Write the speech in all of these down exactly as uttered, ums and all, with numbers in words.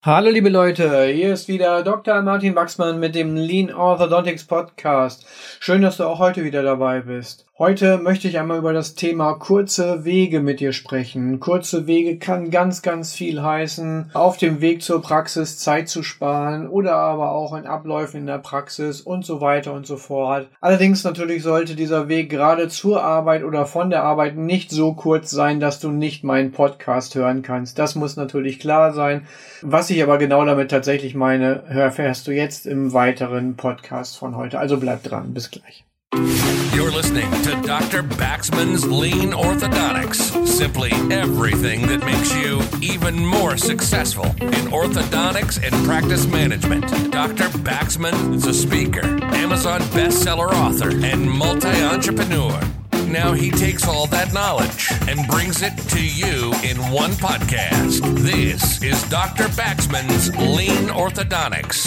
Hallo liebe Leute, hier ist wieder Doktor Martin Wachsmann mit dem Lean Orthodontics Podcast. Schön, dass du auch heute wieder dabei bist. Heute möchte ich einmal über das Thema kurze Wege mit dir sprechen. Kurze Wege kann ganz, ganz viel heißen. Auf dem Weg zur Praxis Zeit zu sparen oder aber auch in Abläufen in der Praxis und so weiter und so fort. Allerdings natürlich sollte dieser Weg gerade zur Arbeit oder von der Arbeit nicht so kurz sein, dass du nicht meinen Podcast hören kannst. Das muss natürlich klar sein. Was ich aber genau damit tatsächlich meine, erfährst du jetzt im weiteren Podcast von heute. Also bleib dran. Bis gleich. You're listening to Doctor Baxman's Lean Orthodontics. Simply everything that makes you even more successful in orthodontics and practice management. Doctor Baxman is a speaker, Amazon bestseller author, and multi-entrepreneur. Now he takes all that knowledge and brings it to you in one podcast. This is Doctor Baxman's Lean Orthodontics.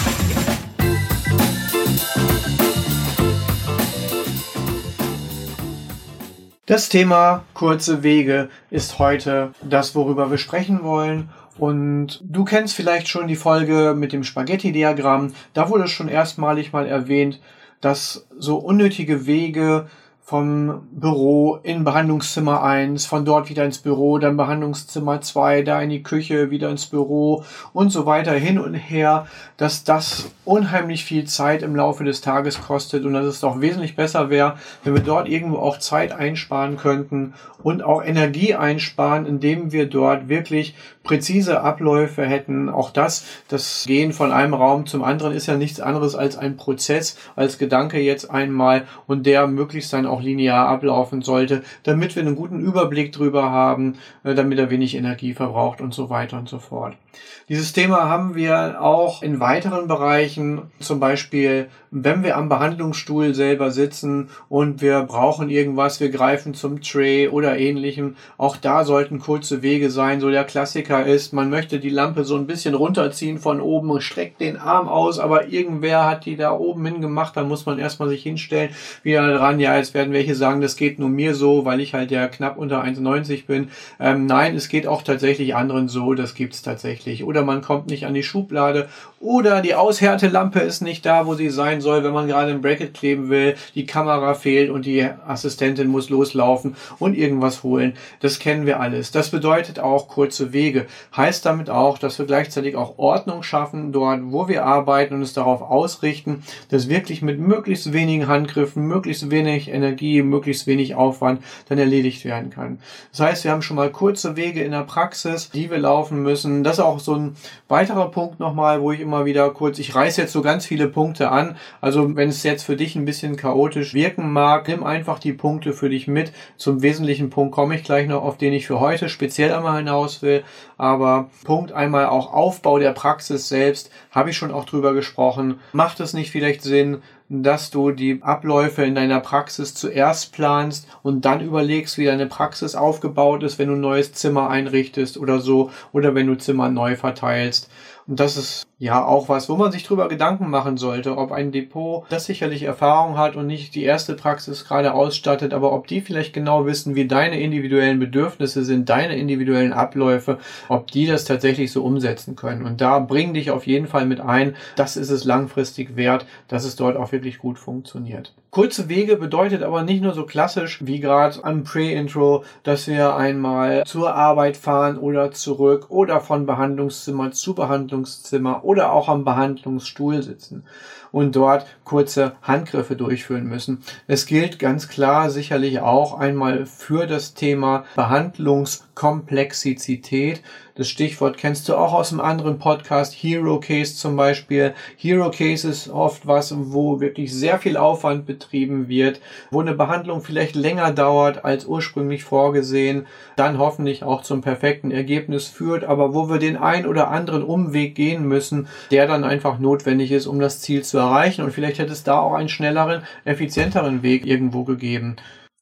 Das Thema kurze Wege ist heute das, worüber wir sprechen wollen. Und du kennst vielleicht schon die Folge mit dem Spaghetti-Diagramm. Da wurde schon erstmalig mal erwähnt, dass so unnötige Wege vom Büro in Behandlungszimmer eins, von dort wieder ins Büro, dann Behandlungszimmer zwei, da in die Küche, wieder ins Büro und so weiter hin und her, dass das unheimlich viel Zeit im Laufe des Tages kostet und dass es doch wesentlich besser wäre, wenn wir dort irgendwo auch Zeit einsparen könnten und auch Energie einsparen, indem wir dort wirklich präzise Abläufe hätten. Auch das, das Gehen von einem Raum zum anderen ist ja nichts anderes als ein Prozess, als Gedanke jetzt einmal und der möglichst dann auch linear ablaufen sollte, damit wir einen guten Überblick drüber haben, damit er wenig Energie verbraucht und so weiter und so fort. Dieses Thema haben wir auch in weiteren Bereichen, zum Beispiel, wenn wir am Behandlungsstuhl selber sitzen und wir brauchen irgendwas, wir greifen zum Tray oder ähnlichem. Auch da sollten kurze Wege sein. So der Klassiker ist, man möchte die Lampe so ein bisschen runterziehen von oben, streckt den Arm aus, aber irgendwer hat die da oben hingemacht, dann muss man erstmal sich hinstellen, wieder dran. Ja, jetzt werden welche sagen, das geht nur mir so, weil ich halt ja knapp unter eins neunzig bin. Ähm, nein, es geht auch tatsächlich anderen so, das gibt's tatsächlich. Oder man kommt nicht an die Schublade oder die Aushärtelampe ist nicht da, wo sie sein soll, wenn man gerade ein Bracket kleben will, die Kamera fehlt und die Assistentin muss loslaufen und irgendwas holen. Das kennen wir alles. Das bedeutet auch kurze Wege. Heißt damit auch, dass wir gleichzeitig auch Ordnung schaffen dort, wo wir arbeiten und es darauf ausrichten, dass wirklich mit möglichst wenigen Handgriffen, möglichst wenig Energie, möglichst wenig Aufwand dann erledigt werden kann. Das heißt, wir haben schon mal kurze Wege in der Praxis, die wir laufen müssen. Das ist auch so ein weiterer Punkt nochmal, wo ich immer wieder kurz, ich reiße jetzt so ganz viele Punkte an, also wenn es jetzt für dich ein bisschen chaotisch wirken mag, nimm einfach die Punkte für dich mit. Zum wesentlichen Punkt komme ich gleich noch, auf den ich für heute speziell einmal hinaus will, aber Punkt einmal auch Aufbau der Praxis selbst, habe ich schon auch drüber gesprochen. Macht es nicht vielleicht Sinn, dass du die Abläufe in deiner Praxis zuerst planst und dann überlegst, wie deine Praxis aufgebaut ist, wenn du ein neues Zimmer einrichtest oder so, oder wenn du Zimmer neu verteilst. Und das ist ja auch was, wo man sich drüber Gedanken machen sollte, ob ein Depot, das sicherlich Erfahrung hat und nicht die erste Praxis gerade ausstattet, aber ob die vielleicht genau wissen, wie deine individuellen Bedürfnisse sind, deine individuellen Abläufe, ob die das tatsächlich so umsetzen können. Und da bring dich auf jeden Fall mit ein. Das ist es langfristig wert, dass es dort auch wirklich gut funktioniert. Kurze Wege bedeutet aber nicht nur so klassisch wie gerade am Pre-Intro, dass wir einmal zur Arbeit fahren oder zurück oder von Behandlungszimmer zu Behandlungszimmer oder auch am Behandlungsstuhl sitzen und dort kurze Handgriffe durchführen müssen. Es gilt ganz klar sicherlich auch einmal für das Thema Behandlungskomplexität. Das Stichwort kennst du auch aus einem anderen Podcast, Hero Case zum Beispiel. Hero Case ist oft was, wo wirklich sehr viel Aufwand betrieben wird, wo eine Behandlung vielleicht länger dauert als ursprünglich vorgesehen, dann hoffentlich auch zum perfekten Ergebnis führt, aber wo wir den ein oder anderen Umweg gehen müssen, der dann einfach notwendig ist, um das Ziel zu erreichen. Und vielleicht hätte es da auch einen schnelleren, effizienteren Weg irgendwo gegeben.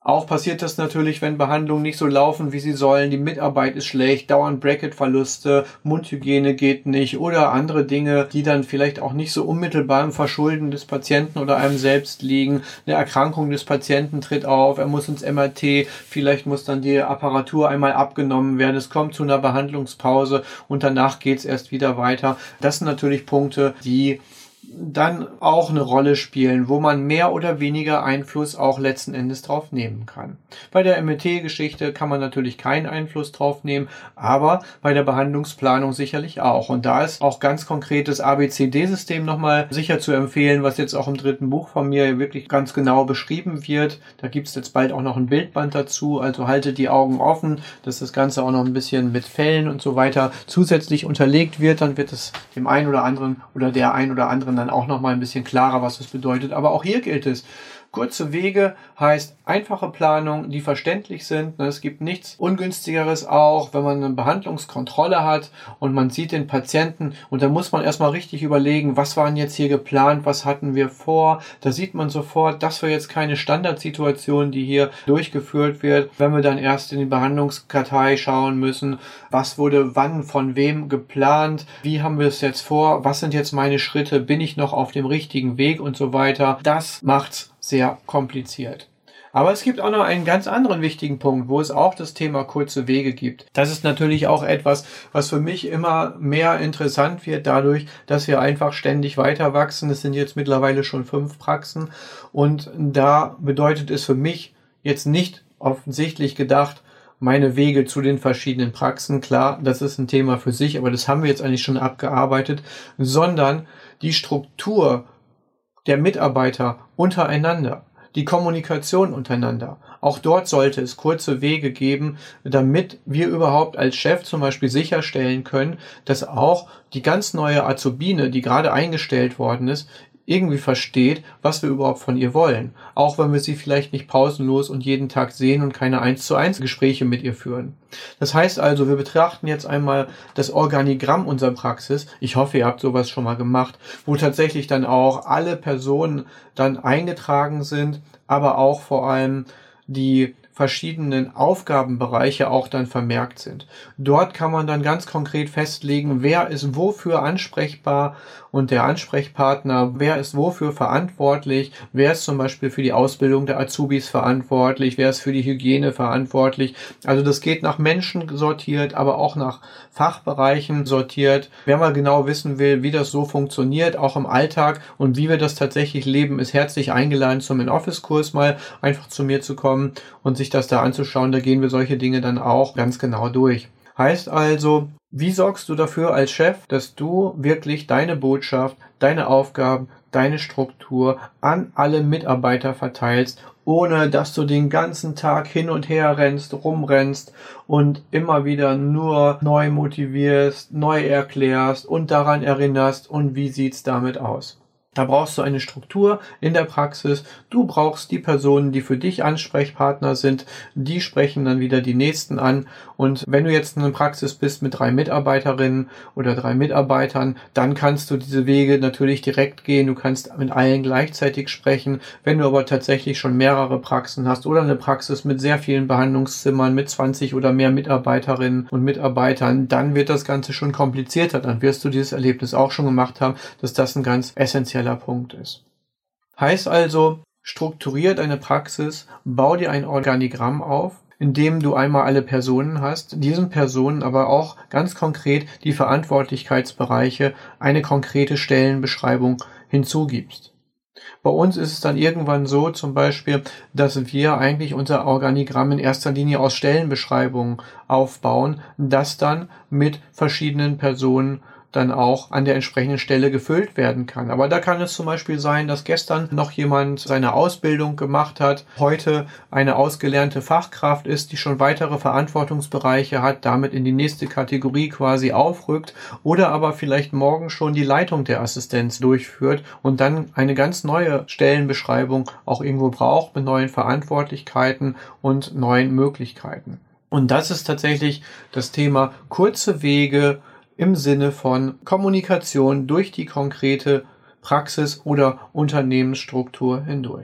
Auch passiert das natürlich, wenn Behandlungen nicht so laufen, wie sie sollen. Die Mitarbeit ist schlecht, dauernd Bracketverluste, Mundhygiene geht nicht oder andere Dinge, die dann vielleicht auch nicht so unmittelbar im Verschulden des Patienten oder einem selbst liegen. Eine Erkrankung des Patienten tritt auf, er muss ins M R T, vielleicht muss dann die Apparatur einmal abgenommen werden. Es kommt zu einer Behandlungspause und danach geht es erst wieder weiter. Das sind natürlich Punkte, die dann auch eine Rolle spielen, wo man mehr oder weniger Einfluss auch letzten Endes drauf nehmen kann. Bei der M R T-Geschichte kann man natürlich keinen Einfluss drauf nehmen, aber bei der Behandlungsplanung sicherlich auch. Und da ist auch ganz konkretes A B C D-System nochmal sicher zu empfehlen, was jetzt auch im dritten Buch von mir wirklich ganz genau beschrieben wird. Da gibt es jetzt bald auch noch ein Bildband dazu, also haltet die Augen offen, dass das Ganze auch noch ein bisschen mit Fällen und so weiter zusätzlich unterlegt wird. Dann wird es dem einen oder anderen oder der einen oder anderen dann auch noch mal ein bisschen klarer, was das bedeutet. Aber auch hier gilt es, kurze Wege heißt einfache Planung, die verständlich sind. Es gibt nichts Ungünstigeres auch, wenn man eine Behandlungskontrolle hat und man sieht den Patienten und da muss man erstmal richtig überlegen, was waren jetzt hier geplant, was hatten wir vor. Da sieht man sofort, das war jetzt keine Standardsituation, die hier durchgeführt wird. Wenn wir dann erst in die Behandlungskartei schauen müssen, was wurde wann von wem geplant, wie haben wir es jetzt vor, was sind jetzt meine Schritte, bin ich noch auf dem richtigen Weg und so weiter. Das macht's sehr kompliziert. Aber es gibt auch noch einen ganz anderen wichtigen Punkt, wo es auch das Thema kurze Wege gibt. Das ist natürlich auch etwas, was für mich immer mehr interessant wird dadurch, dass wir einfach ständig weiter wachsen. Es sind jetzt mittlerweile schon fünf Praxen und da bedeutet es für mich jetzt nicht offensichtlich gedacht, meine Wege zu den verschiedenen Praxen. Klar, das ist ein Thema für sich, aber das haben wir jetzt eigentlich schon abgearbeitet, sondern die Struktur der Mitarbeiter untereinander, die Kommunikation untereinander. Auch dort sollte es kurze Wege geben, damit wir überhaupt als Chef zum Beispiel sicherstellen können, dass auch die ganz neue Azubine, die gerade eingestellt worden ist, irgendwie versteht, was wir überhaupt von ihr wollen. Auch wenn wir sie vielleicht nicht pausenlos und jeden Tag sehen und keine eins zu eins Gespräche mit ihr führen. Das heißt also, wir betrachten jetzt einmal das Organigramm unserer Praxis. Ich hoffe, ihr habt sowas schon mal gemacht, wo tatsächlich dann auch alle Personen dann eingetragen sind, aber auch vor allem die verschiedenen Aufgabenbereiche auch dann vermerkt sind. Dort kann man dann ganz konkret festlegen, wer ist wofür ansprechbar und der Ansprechpartner, wer ist wofür verantwortlich, wer ist zum Beispiel für die Ausbildung der Azubis verantwortlich, wer ist für die Hygiene verantwortlich. Also das geht nach Menschen sortiert, aber auch nach Fachbereichen sortiert. Wer mal genau wissen will, wie das so funktioniert, auch im Alltag und wie wir das tatsächlich leben, ist herzlich eingeladen, zum In-Office-Kurs mal einfach zu mir zu kommen und sich das da anzuschauen. Da gehen wir solche Dinge dann auch ganz genau durch. Heißt also, wie sorgst du dafür als Chef, dass du wirklich deine Botschaft, deine Aufgaben, deine Struktur an alle Mitarbeiter verteilst, ohne dass du den ganzen Tag hin und her rennst, rumrennst und immer wieder nur neu motivierst, neu erklärst und daran erinnerst und wie sieht's damit aus? Da brauchst du eine Struktur in der Praxis. Du brauchst die Personen, die für dich Ansprechpartner sind. Die sprechen dann wieder die Nächsten an. Und wenn du jetzt in einer Praxis bist mit drei Mitarbeiterinnen oder drei Mitarbeitern, dann kannst du diese Wege natürlich direkt gehen. Du kannst mit allen gleichzeitig sprechen. Wenn du aber tatsächlich schon mehrere Praxen hast oder eine Praxis mit sehr vielen Behandlungszimmern, mit zwanzig oder mehr Mitarbeiterinnen und Mitarbeitern, dann wird das Ganze schon komplizierter. Dann wirst du dieses Erlebnis auch schon gemacht haben, dass das ein ganz essentieller Punkt ist. Heißt also, strukturier deine Praxis, bau dir ein Organigramm auf, in dem du einmal alle Personen hast, diesen Personen aber auch ganz konkret die Verantwortlichkeitsbereiche, eine konkrete Stellenbeschreibung hinzugibst. Bei uns ist es dann irgendwann so zum Beispiel, dass wir eigentlich unser Organigramm in erster Linie aus Stellenbeschreibungen aufbauen, das dann mit verschiedenen Personen dann auch an der entsprechenden Stelle gefüllt werden kann. Aber da kann es zum Beispiel sein, dass gestern noch jemand seine Ausbildung gemacht hat, heute eine ausgelernte Fachkraft ist, die schon weitere Verantwortungsbereiche hat, damit in die nächste Kategorie quasi aufrückt oder aber vielleicht morgen schon die Leitung der Assistenz durchführt und dann eine ganz neue Stellenbeschreibung auch irgendwo braucht mit neuen Verantwortlichkeiten und neuen Möglichkeiten. Und das ist tatsächlich das Thema kurze Wege im Sinne von Kommunikation durch die konkrete Praxis oder Unternehmensstruktur hindurch.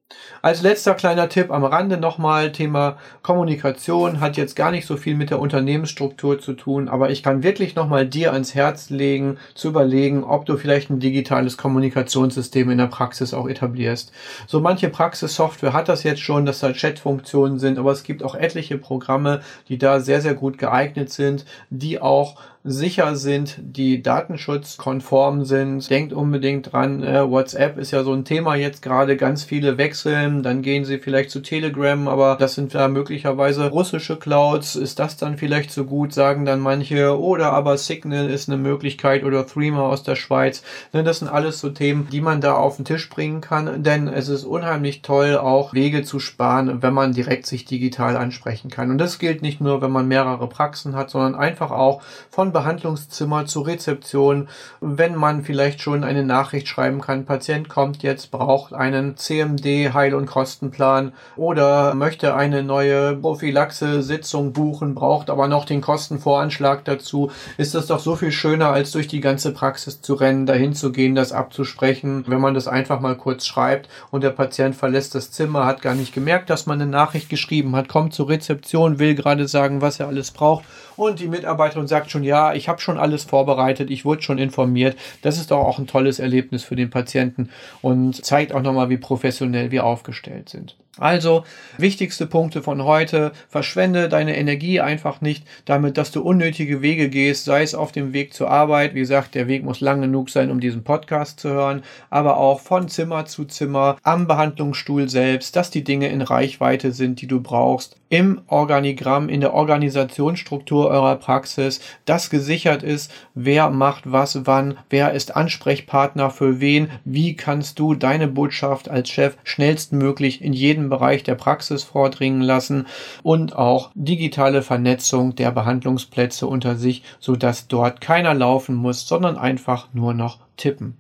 Als letzter kleiner Tipp am Rande nochmal, Thema Kommunikation hat jetzt gar nicht so viel mit der Unternehmensstruktur zu tun, aber ich kann wirklich nochmal dir ans Herz legen, zu überlegen, ob du vielleicht ein digitales Kommunikationssystem in der Praxis auch etablierst. So manche Praxissoftware hat das jetzt schon, dass da Chatfunktionen sind, aber es gibt auch etliche Programme, die da sehr, sehr gut geeignet sind, die auch sicher sind, die datenschutzkonform sind. Denkt unbedingt dran, äh, WhatsApp ist ja so ein Thema jetzt gerade, ganz viele wechseln, dann gehen sie vielleicht zu Telegram, aber das sind da möglicherweise russische Clouds. Ist das dann vielleicht so gut, sagen dann manche, oder aber Signal ist eine Möglichkeit oder Threema aus der Schweiz. Das sind alles so Themen, die man da auf den Tisch bringen kann, denn es ist unheimlich toll, auch Wege zu sparen, wenn man direkt sich digital ansprechen kann. Und das gilt nicht nur, wenn man mehrere Praxen hat, sondern einfach auch von Behandlungszimmer zur Rezeption, wenn man vielleicht schon eine Nachricht schreiben kann, Patient kommt jetzt, braucht einen C M D Heil- und Kostenplan oder möchte eine neue Prophylaxe-Sitzung buchen, braucht aber noch den Kostenvoranschlag dazu, ist das doch so viel schöner, als durch die ganze Praxis zu rennen, dahin zu gehen, das abzusprechen, wenn man das einfach mal kurz schreibt und der Patient verlässt das Zimmer, hat gar nicht gemerkt, dass man eine Nachricht geschrieben hat, kommt zur Rezeption, will gerade sagen, was er alles braucht und die Mitarbeiterin sagt schon, ja, ich habe schon alles vorbereitet, ich wurde schon informiert. Das ist doch auch ein tolles Erlebnis für den Patienten und zeigt auch nochmal, wie professionell wir aufgestellt sind. Also, wichtigste Punkte von heute: Verschwende deine Energie einfach nicht damit, dass du unnötige Wege gehst, sei es auf dem Weg zur Arbeit. Wie gesagt, der Weg muss lang genug sein, um diesen Podcast zu hören, aber auch von Zimmer zu Zimmer, am Behandlungsstuhl selbst, dass die Dinge in Reichweite sind, die du brauchst, im Organigramm, in der Organisationsstruktur eurer Praxis, dass gesichert ist, wer macht was wann, wer ist Ansprechpartner für wen, wie kannst du deine Botschaft als Chef schnellstmöglich in jedem Bereich der Praxis vordringen lassen und auch digitale Vernetzung der Behandlungsplätze unter sich, sodass dort keiner laufen muss, sondern einfach nur noch tippen.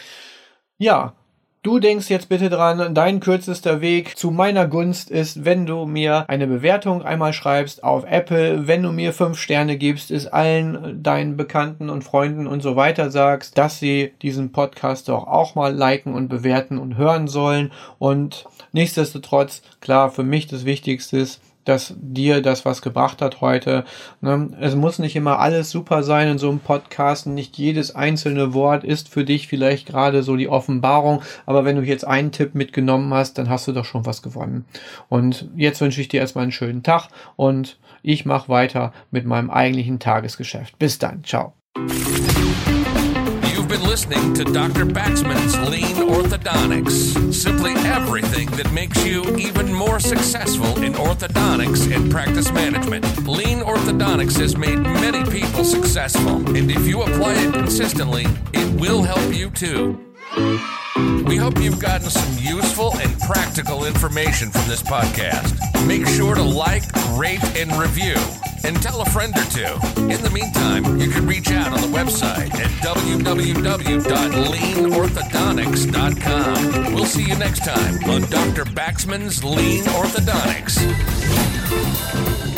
Ja, du denkst jetzt bitte dran, dein kürzester Weg zu meiner Gunst ist, wenn du mir eine Bewertung einmal schreibst auf Apple, wenn du mir fünf Sterne gibst, ist allen deinen Bekannten und Freunden und so weiter sagst, dass sie diesen Podcast doch auch mal liken und bewerten und hören sollen. Und nichtsdestotrotz, klar, für mich das Wichtigste ist, dass dir das was gebracht hat heute. Es muss nicht immer alles super sein in so einem Podcast. Nicht jedes einzelne Wort ist für dich vielleicht gerade so die Offenbarung. Aber wenn du jetzt einen Tipp mitgenommen hast, dann hast du doch schon was gewonnen. Und jetzt wünsche ich dir erstmal einen schönen Tag und ich mache weiter mit meinem eigentlichen Tagesgeschäft. Bis dann. Ciao. You've been listening to Doctor Baxman's Lean Orthodontics. Simply everything that makes you even more successful in orthodontics and practice management. Lean Orthodontics has made many people successful, and if you apply it consistently, it will help you too. We hope you've gotten some useful and practical information from this podcast. Make sure to like, rate, and review, and tell a friend or two. In the meantime, you can reach out on the website at w w w dot lean orthodontics dot com. We'll see you next time on Doctor Baxman's Lean Orthodontics.